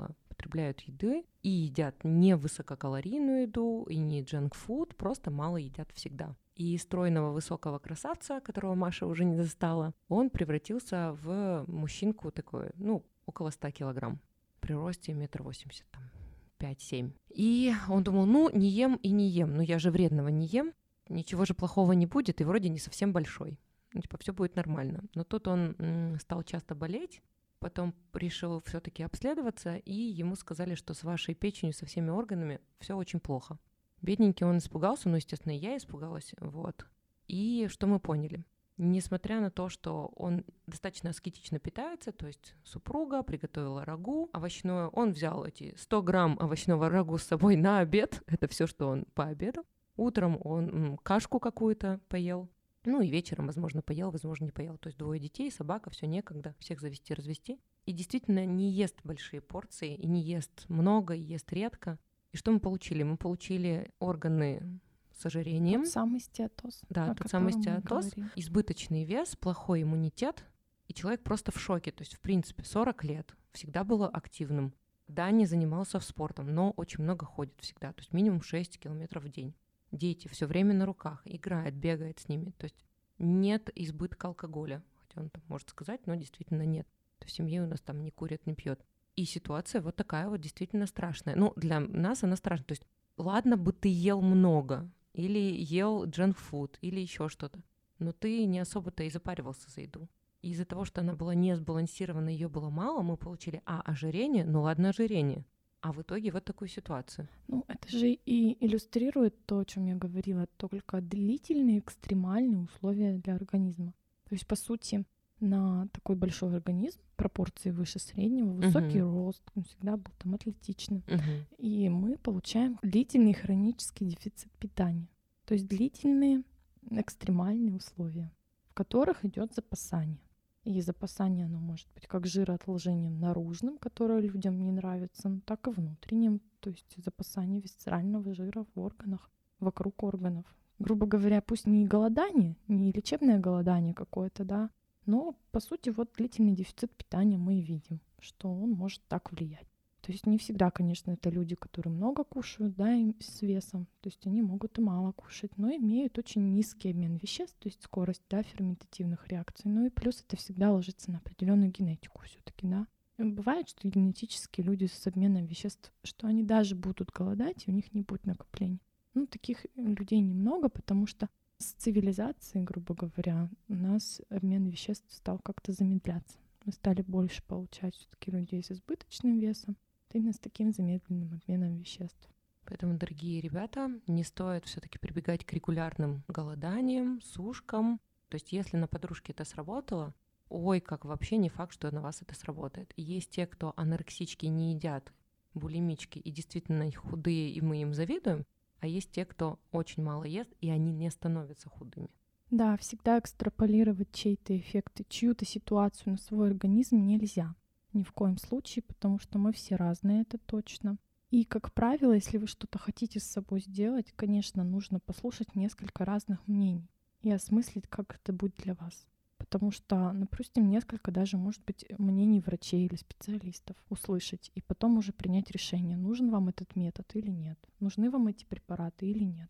употребляют еды и едят не высококалорийную еду и не джанк-фуд, просто мало едят всегда. И стройного высокого красавца, которого Маша уже не застала, он превратился в мужчинку такой, ну, около ста килограмм. При росте метр восемьдесят, там, пять-семь. И он думал, ну, не ем и не ем, ну, я же вредного не ем, ничего же плохого не будет, и вроде не совсем большой. Ну, типа, все будет нормально. Но тут он м, стал часто болеть, потом решил все-таки обследоваться, и ему сказали, что с вашей печенью, со всеми органами все очень плохо. Бедненький он испугался, ну, естественно, и я испугалась, вот. И что мы поняли? Несмотря на то, что он достаточно аскетично питается, то есть супруга приготовила рагу овощное, он взял эти сто грамм овощного рагу с собой на обед, это все, что он пообедал. Утром он м, кашку какую-то поел, ну и вечером, возможно, поел, возможно, не поел. То есть двое детей, собака, все некогда, всех завести, развести. И действительно не ест большие порции, и не ест много, и ест редко. И что мы получили? Мы получили органы с ожирением. Тот самый стеатоз. Да, тот самый стеатоз, избыточный вес, плохой иммунитет, и человек просто в шоке. То есть, в принципе, сорок лет, всегда был активным. Да, не занимался спортом, но очень много ходит всегда, то есть минимум шесть километров в день. Дети все время на руках, играет, бегает с ними. То есть нет избытка алкоголя, хотя он там может сказать, но действительно нет. То есть в семье у нас там не курят, не пьет. И ситуация вот такая вот действительно страшная. Ну, для нас она страшная. То есть ладно бы ты ел много, или ел джанк-фуд, или еще что-то, но ты не особо-то и запаривался за еду. И из-за того, что она была не сбалансирована, ее было мало, мы получили, а, ожирение, ну ладно, ожирение, а в итоге вот такую ситуацию. Ну, это же и иллюстрирует то, о чем я говорила, только длительные экстремальные условия для организма. То есть, по сути, на такой большой организм, пропорции выше среднего, высокий uh-huh. рост, он всегда был там атлетичным. Uh-huh. И мы получаем длительный хронический дефицит питания. То есть длительные экстремальные условия, в которых идет запасание. И запасание, оно может быть как жироотложением наружным, которое людям не нравится, так и внутренним, то есть запасание висцерального жира в органах, вокруг органов. Грубо говоря, пусть не голодание, не лечебное голодание какое-то, да, но, по сути, вот длительный дефицит питания мы и видим, что он может так влиять. То есть не всегда, конечно, это люди, которые много кушают, да, и с весом. То есть они могут и мало кушать, но имеют очень низкий обмен веществ, то есть скорость, да, ферментативных реакций. Ну и плюс это всегда ложится на определенную генетику все-таки, да. И бывает, что генетически люди с обменом веществ, что они даже будут голодать, и у них не будет накопления. Ну, таких людей немного, потому что с цивилизацией, грубо говоря, у нас обмен веществ стал как-то замедляться. Мы стали больше получать все-таки людей с избыточным весом, именно с таким замедленным обменом веществ. Поэтому, дорогие ребята, не стоит все-таки прибегать к регулярным голоданиям, сушкам. То есть, если на подружке это сработало, ой, как вообще не факт, что на вас это сработает. И есть те, кто анорексички не едят, булимички, и действительно их худые, и мы им завидуем, а есть те, кто очень мало ест, и они не становятся худыми. Да, всегда экстраполировать чей-то эффект и чью-то ситуацию на свой организм нельзя. Ни в коем случае, потому что мы все разные, это точно. И, как правило, если вы что-то хотите с собой сделать, конечно, нужно послушать несколько разных мнений и осмыслить, как это будет для вас. Потому что, допустим, несколько даже, может быть, мнений врачей или специалистов услышать, и потом уже принять решение, нужен вам этот метод или нет, нужны вам эти препараты или нет.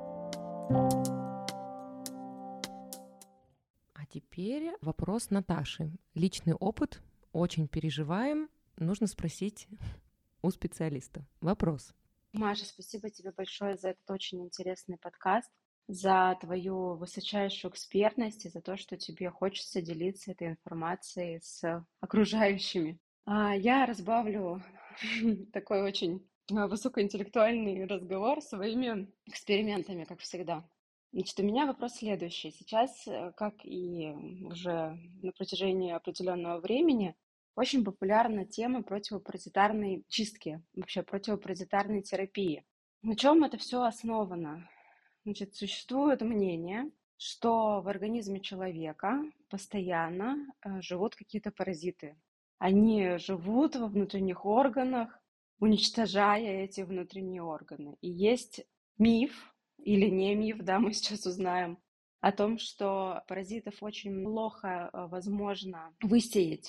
А теперь вопрос Наташи. Личный опыт. Очень переживаем. Нужно спросить у специалиста. Вопрос. Маша, спасибо тебе большое за этот очень интересный подкаст, за твою высочайшую экспертность и за то, что тебе хочется делиться этой информацией с окружающими. Я разбавлю такой очень высокоинтеллектуальный разговор своими экспериментами, как всегда. Значит, у меня вопрос следующий. Сейчас, как и уже на протяжении определенного времени, очень популярна тема противопаразитарной чистки, вообще противопаразитарной терапии. На чем это все основано? Значит, существует мнение, что в организме человека постоянно э, живут какие-то паразиты. Они живут во внутренних органах, уничтожая эти внутренние органы. И есть миф, или не миф, да, мы сейчас узнаем, о том, что паразитов очень плохо э, возможно высеять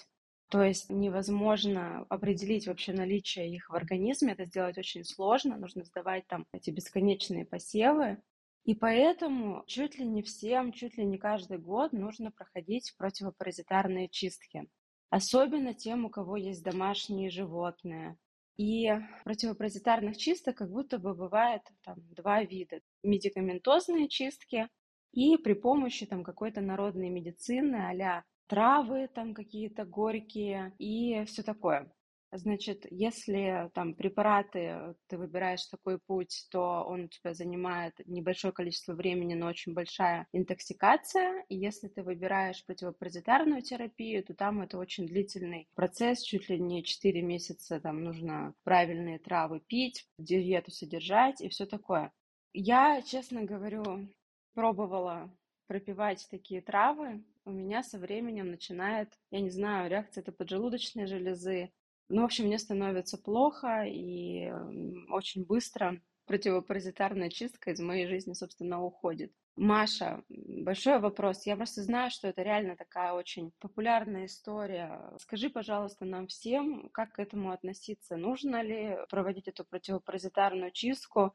То есть невозможно определить вообще наличие их в организме, это сделать очень сложно, нужно сдавать там эти бесконечные посевы. И поэтому чуть ли не всем, чуть ли не каждый год нужно проходить противопаразитарные чистки. Особенно тем, у кого есть домашние животные. И противопаразитарных чисток как будто бы бывает там два вида. Медикаментозные чистки и при помощи там какой-то народной медицины а-ля травы там какие-то горькие и все такое. Значит, если там препараты, ты выбираешь такой путь, то он у тебя занимает небольшое количество времени, но очень большая интоксикация. И если ты выбираешь противопаразитарную терапию, то там это очень длительный процесс, чуть ли не четыре месяца, там нужно правильные травы пить, диету содержать и все такое. Я, честно говорю, пробовала пропивать такие травы. У меня со временем начинает, я не знаю, реакция это поджелудочной железы. Ну, в общем, мне становится плохо, и очень быстро противопаразитарная чистка из моей жизни, собственно, уходит. Маша, большой вопрос. Я просто знаю, что это реально такая очень популярная история. Скажи, пожалуйста, нам всем, как к этому относиться? Нужно ли проводить эту противопаразитарную чистку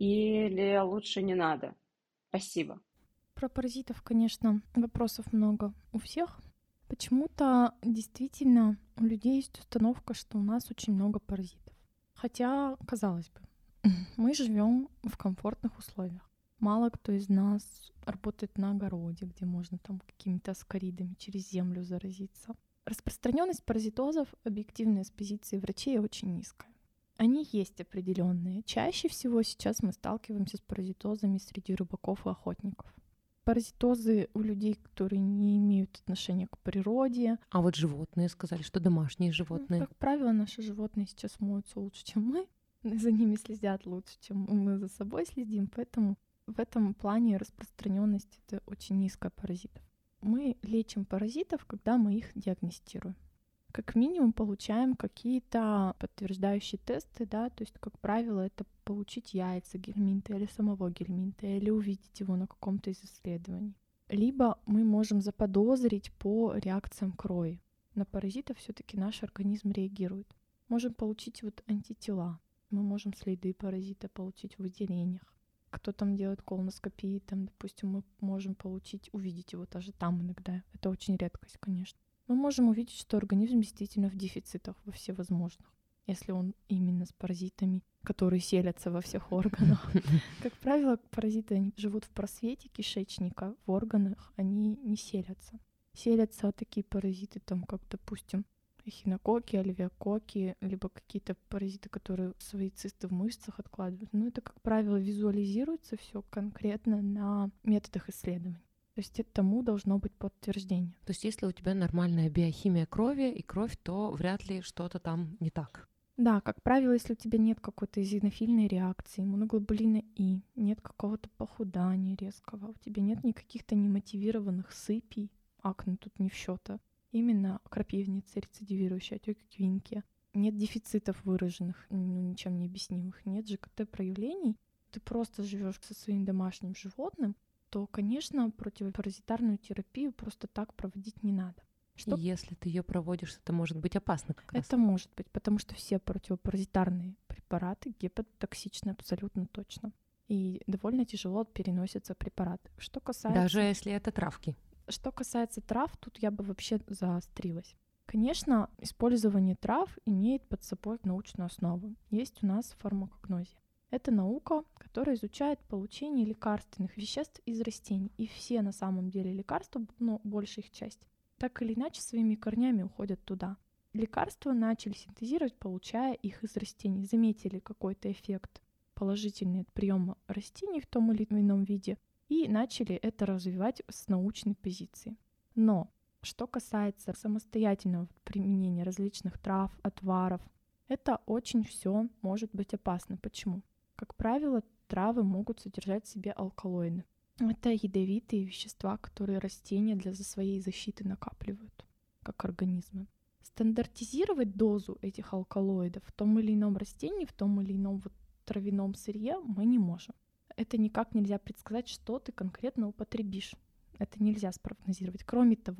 или лучше не надо? Спасибо. Про паразитов, конечно, вопросов много у всех. Почему-то действительно у людей есть установка, что у нас очень много паразитов. Хотя, казалось бы, мы живем в комфортных условиях. Мало кто из нас работает на огороде, где можно там какими-то аскаридами через землю заразиться. Распространенность паразитозов, объективная с позиции врачей, очень низкая. Они есть определенные. Чаще всего сейчас мы сталкиваемся с паразитозами среди рыбаков и охотников. Паразитозы у людей, которые не имеют отношения к природе. А вот животные сказали, что домашние животные. Ну, как правило, наши животные сейчас моются лучше, чем мы. За ними следят лучше, чем мы за собой следим. Поэтому в этом плане распространенность это очень низкая паразитов. Мы лечим паразитов, когда мы их диагностируем. Как минимум получаем какие-то подтверждающие тесты, да, то есть, как правило, это получить яйца гельминта или самого гельминта, или увидеть его на каком-то из исследований. Либо мы можем заподозрить по реакциям крови. На паразитов все-таки наш организм реагирует. Можем получить вот антитела, мы можем следы паразита получить в выделениях. Кто там делает колоноскопии, там, допустим, мы можем получить, увидеть его даже там иногда. Это очень редкость, конечно. Мы можем увидеть, что организм действительно в дефицитах во всевозможных, если он именно с паразитами, которые селятся во всех органах. Как правило, паразиты они живут в просвете кишечника, в органах они не селятся. Селятся вот такие паразиты, там, как, допустим, эхинококки, альвеококки, либо какие-то паразиты, которые свои цисты в мышцах откладывают. Но это, как правило, визуализируется все конкретно на методах исследований. То есть тому должно быть подтверждение. То есть если у тебя нормальная биохимия крови и кровь, то вряд ли что-то там не так. Да, как правило, если у тебя нет какой-то эозинофильной реакции, иммуноглобулина И, нет какого-то похудания резкого, у тебя нет никаких-то немотивированных сыпей, акне тут не в счет, а именно крапивница, рецидивирующая отеки квинки, нет дефицитов выраженных, ну, ничем не объяснимых, нет ЖКТ проявлений, ты просто живешь со своим домашним животным, то, конечно, противопаразитарную терапию просто так проводить не надо. Что... И если ты ее проводишь, это может быть опасно как раз. Это может быть, потому что все противопаразитарные препараты гепатотоксичны абсолютно точно. И довольно тяжело переносятся препараты. Что касается... Даже если это травки. Что касается трав, тут я бы вообще заострилась. Конечно, использование трав имеет под собой научную основу. Есть у нас фармакогнозия. Это наука, которая изучает получение лекарственных веществ из растений. И все на самом деле лекарства, ну, большая их часть, так или иначе своими корнями уходят туда. Лекарства начали синтезировать, получая их из растений. Заметили какой-то эффект положительный от приема растений в том или ином виде и начали это развивать с научной позиции. Но что касается самостоятельного применения различных трав, отваров, это очень все может быть опасно. Почему? Как правило, травы могут содержать в себе алкалоиды. Это ядовитые вещества, которые растения для своей защиты накапливают, как организмы. Стандартизировать дозу этих алкалоидов в том или ином растении, в том или ином вот травяном сырье мы не можем. Это никак нельзя предсказать, что ты конкретно употребишь. Это нельзя спрогнозировать. Кроме того,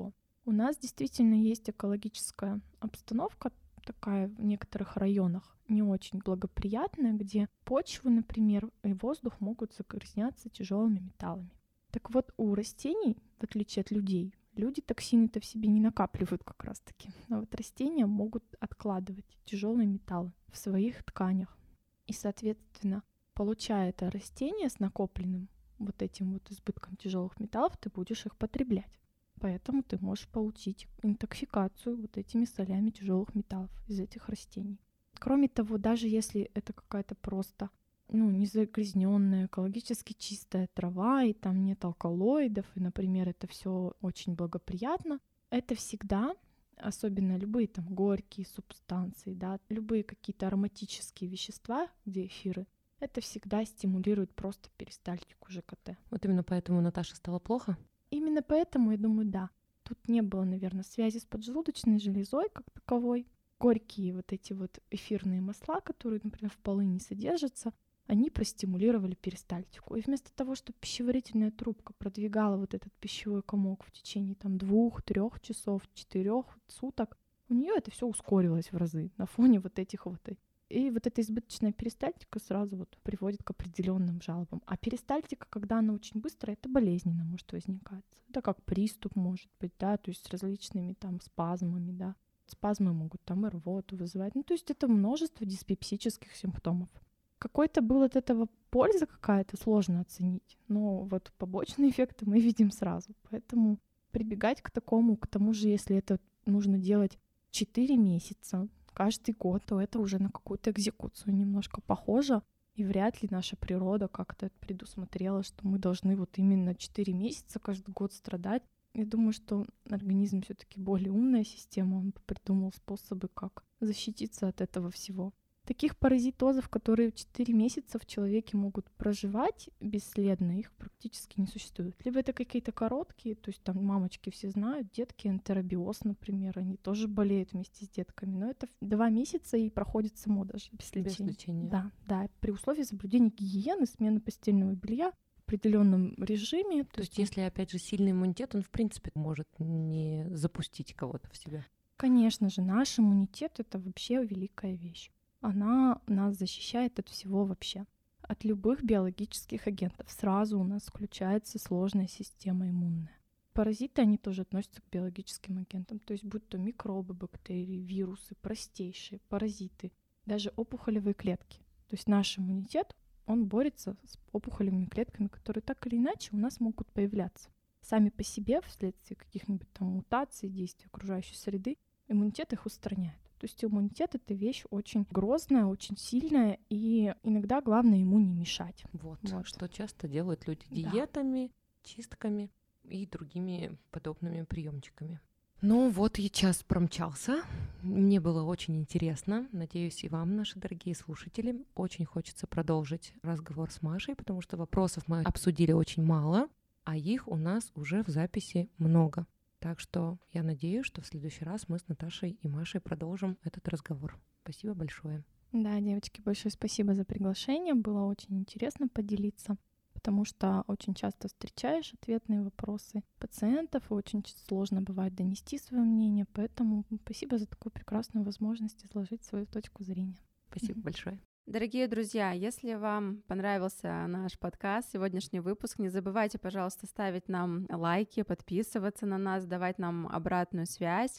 У нас действительно есть экологическая обстановка такая в некоторых районах, не очень благоприятная, где почвы, например, и воздух могут загрязняться тяжелыми металлами. Так вот, у растений, в отличие от людей, люди токсины-то в себе не накапливают как раз-таки. А вот растения могут откладывать тяжелые металлы в своих тканях. И, соответственно, получая это растение с накопленным вот этим вот избытком тяжелых металлов, ты будешь их потреблять. Поэтому ты можешь получить интоксикацию вот этими солями тяжелых металлов из этих растений. Кроме того, даже если это какая-то просто ну, незагрязненная, экологически чистая трава, и там нет алкалоидов, и, например, это все очень благоприятно, это всегда, особенно любые там горькие субстанции, да, любые какие-то ароматические вещества, где эфиры, это всегда стимулирует просто перистальтику ЖКТ. Вот именно поэтому Наташе стало плохо? Именно поэтому, я думаю, да. Тут не было, наверное, связи с поджелудочной железой как таковой. Горькие вот эти вот эфирные масла, которые, например, в полыни содержатся, они простимулировали перистальтику. И вместо того, чтобы пищеварительная трубка продвигала вот этот пищевой комок в течение там двух, трех часов, четырех суток, у нее это все ускорилось в разы на фоне вот этих вот. И вот эта избыточная перистальтика сразу вот приводит к определенным жалобам. А перистальтика, когда она очень быстрая, это болезненно может возникать. Это как приступ может быть, да, то есть с различными там спазмами, да. Спазмы могут там и рвоту вызывать. Ну, то есть это множество диспепсических симптомов. Какой-то был от этого польза какая-то, сложно оценить. Но вот побочные эффекты мы видим сразу. Поэтому прибегать к такому, к тому же, если это нужно делать четыре месяца, каждый год, то это уже на какую-то экзекуцию немножко похоже. И вряд ли наша природа как-то предусмотрела, что мы должны вот именно четыре месяца каждый год страдать. Я думаю, что организм все-таки более умная система, он придумал способы, как защититься от этого всего. Таких паразитозов, которые четыре месяца в человеке могут проживать бесследно, их практически не существует. Либо это какие-то короткие, то есть там мамочки все знают, детки, энтеробиоз, например, они тоже болеют вместе с детками, но это два месяца и проходит само даже без лечения. Без лечения. Да, да, при условии соблюдения гигиены, смены постельного белья в определенном режиме. То, то есть, если, опять же, сильный иммунитет, он, в принципе, может не запустить кого-то в себя. Конечно же, наш иммунитет — это вообще великая вещь. Она нас защищает от всего вообще, от любых биологических агентов. Сразу у нас включается сложная система иммунная. Паразиты, они тоже относятся к биологическим агентам, то есть будь то микробы, бактерии, вирусы, простейшие паразиты, даже опухолевые клетки. То есть наш иммунитет, он борется с опухолевыми клетками, которые так или иначе у нас могут появляться. Сами по себе, вследствие каких-нибудь там мутаций, действий окружающей среды, иммунитет их устраняет. То есть иммунитет — это вещь очень грозная, очень сильная, и иногда главное ему не мешать. Вот, вот. Что часто делают люди диетами, да. чистками и другими подобными приемчиками. Ну вот и час промчался. Мне было очень интересно. Надеюсь, и вам, наши дорогие слушатели. Очень хочется продолжить разговор с Машей, потому что вопросов мы обсудили очень мало, а их у нас уже в записи много. Так что я надеюсь, что в следующий раз мы с Наташей и Машей продолжим этот разговор. Спасибо большое. Да, девочки, большое спасибо за приглашение. Было очень интересно поделиться, потому что очень часто встречаешь ответные вопросы пациентов, и очень сложно бывает донести свое мнение. Поэтому спасибо за такую прекрасную возможность изложить свою точку зрения. Спасибо mm-hmm. большое. Дорогие друзья, если вам понравился наш подкаст, сегодняшний выпуск, не забывайте, пожалуйста, ставить нам лайки, подписываться на нас, давать нам обратную связь.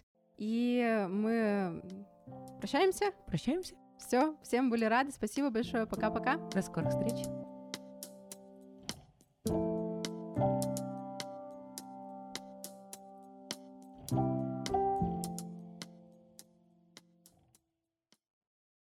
И мы прощаемся. Прощаемся. Все, всем были рады. Спасибо большое. Пока-пока. До скорых встреч.